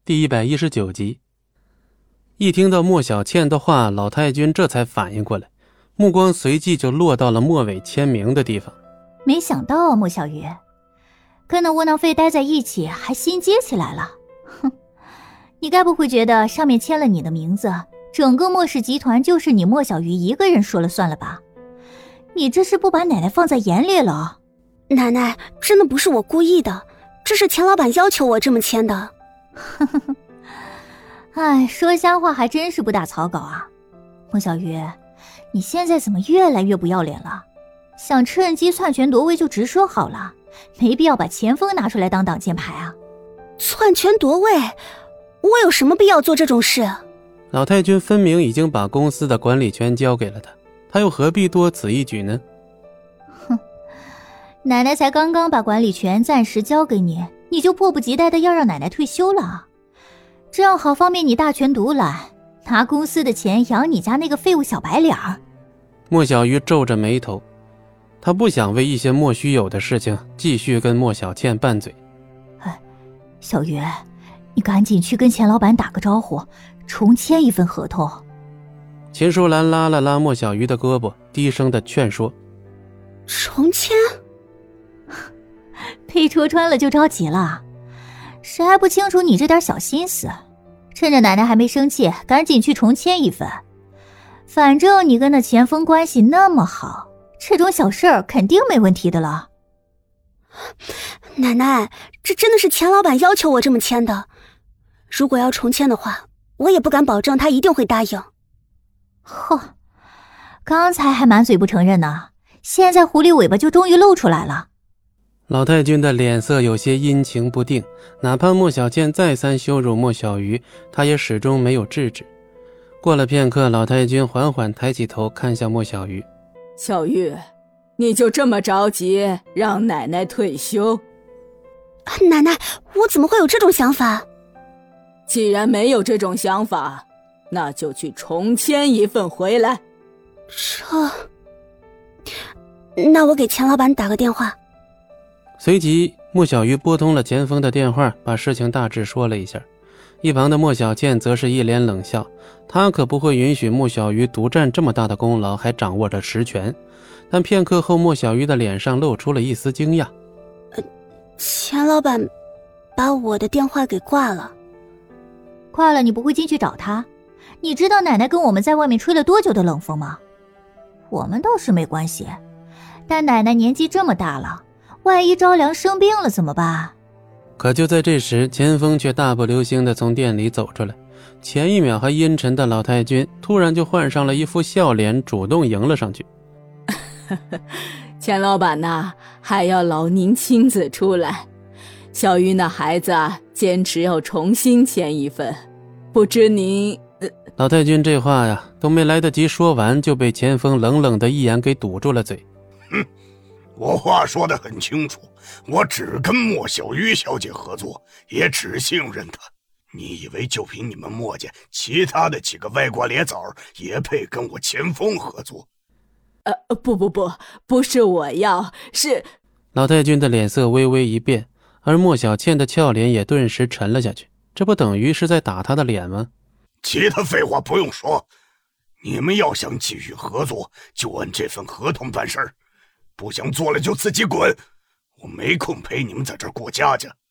第119集。一听到莫小倩的话，老太君这才反应过来，目光随即就落到了莫伟签名的地方。 没想到啊，莫小鱼，跟那窝囊废待在一起还心结起来了。哼，你该不会觉得上面签了你的名字，整个莫氏集团就是你莫小鱼一个人说了算了吧？你这是不把奶奶放在眼里了。 奶奶，真的不是我故意的，这是钱老板要求我这么签的。 哎，说瞎话还真是不打草稿啊。莫小鱼，你现在怎么越来越不要脸了？想趁机篡权夺位就直说好了，没必要把钱锋拿出来当挡箭牌啊。 篡权夺位？我有什么必要做这种事？ 老太君分明已经把公司的管理权交给了他又何必多此一举呢？ 奶奶才刚刚把管理权暂时交给你，你就迫不及待的要让奶奶退休了，这样好方便你大权独揽，拿公司的钱养你家那个废物小白脸儿。 莫小鱼皱着眉头，他不想为一些莫须有的事情继续跟莫小倩拌嘴。 小鱼，你赶紧去跟钱老板打个招呼，重签一份合同。 秦淑兰拉了拉莫小鱼的胳膊，低声的劝说。 重签？ 被戳穿了就着急了，谁还不清楚你这点小心思？趁着奶奶还没生气，赶紧去重签一份。反正你跟那钱锋关系那么好，这种小事儿肯定没问题的了。 奶奶，这真的是钱老板要求我这么签的。如果要重签的话，我也不敢保证他一定会答应。 呵，刚才还满嘴不承认呢，现在狐狸尾巴就终于露出来了。 老太君的脸色有些阴晴不定，哪怕莫小倩再三羞辱莫小鱼，她也始终没有制止。过了片刻，老太君缓缓抬起头看向莫小鱼。 小玉，你就这么着急让奶奶退休？ 奶奶，我怎么会有这种想法？ 既然没有这种想法，那就去重签一份回来。 那我给钱老板打个电话。 随即莫小鱼拨通了钱锋的电话，把事情大致说了一下。一旁的莫小倩则是一脸冷笑，她可不会允许莫小鱼独占这么大的功劳，还掌握着实权。但片刻后，莫小鱼的脸上露出了一丝惊讶。 钱老板把我的电话给挂了。 挂了你不会进去找他？你知道奶奶跟我们在外面吹了多久的冷风吗？我们倒是没关系，但奶奶年纪这么大了，万一着凉生病了怎么办？ 可就在这时，钱锋却大步流星地从店里走出来。前一秒还阴沉的老太君突然就换上了一副笑脸，主动迎了上去。 钱老板呐，还要劳您亲自出来。小鱼那孩子坚持要重新签一份，不知您…… 老太君这话呀，都没来得及说完，就被钱锋冷冷的一眼给堵住了嘴。 我话说得很清楚，我只跟莫小鱼小姐合作，也只信任她。你以为就凭你们莫家其他的几个歪瓜裂枣也配跟我钱锋合作？ 不是我要，是…… 老太君的脸色微微一变，而莫小倩的俏脸也顿时沉了下去。这不等于是在打她的脸吗？ 其他废话不用说，你们要想继续合作，就按这份合同办事儿，不想做了就自己滚，我没空陪你们在这儿过家家。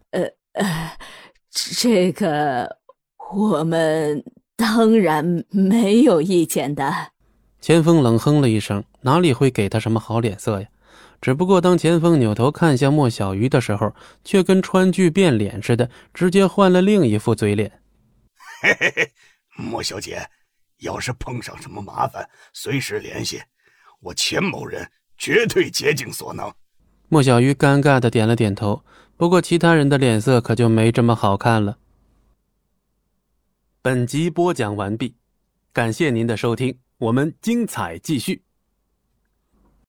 这个我们当然没有意见的。 钱锋冷哼了一声，哪里会给他什么好脸色呀？只不过当钱锋扭头看向莫小鱼的时候，却跟川剧变脸似的，直接换了另一副嘴脸。 嘿嘿嘿，莫小姐，要是碰上什么麻烦，随时联系我，钱某人绝对竭尽所能。 莫小鱼尴尬地点了点头，不过其他人的脸色可就没这么好看了。本集播讲完毕，感谢您的收听，我们精彩继续。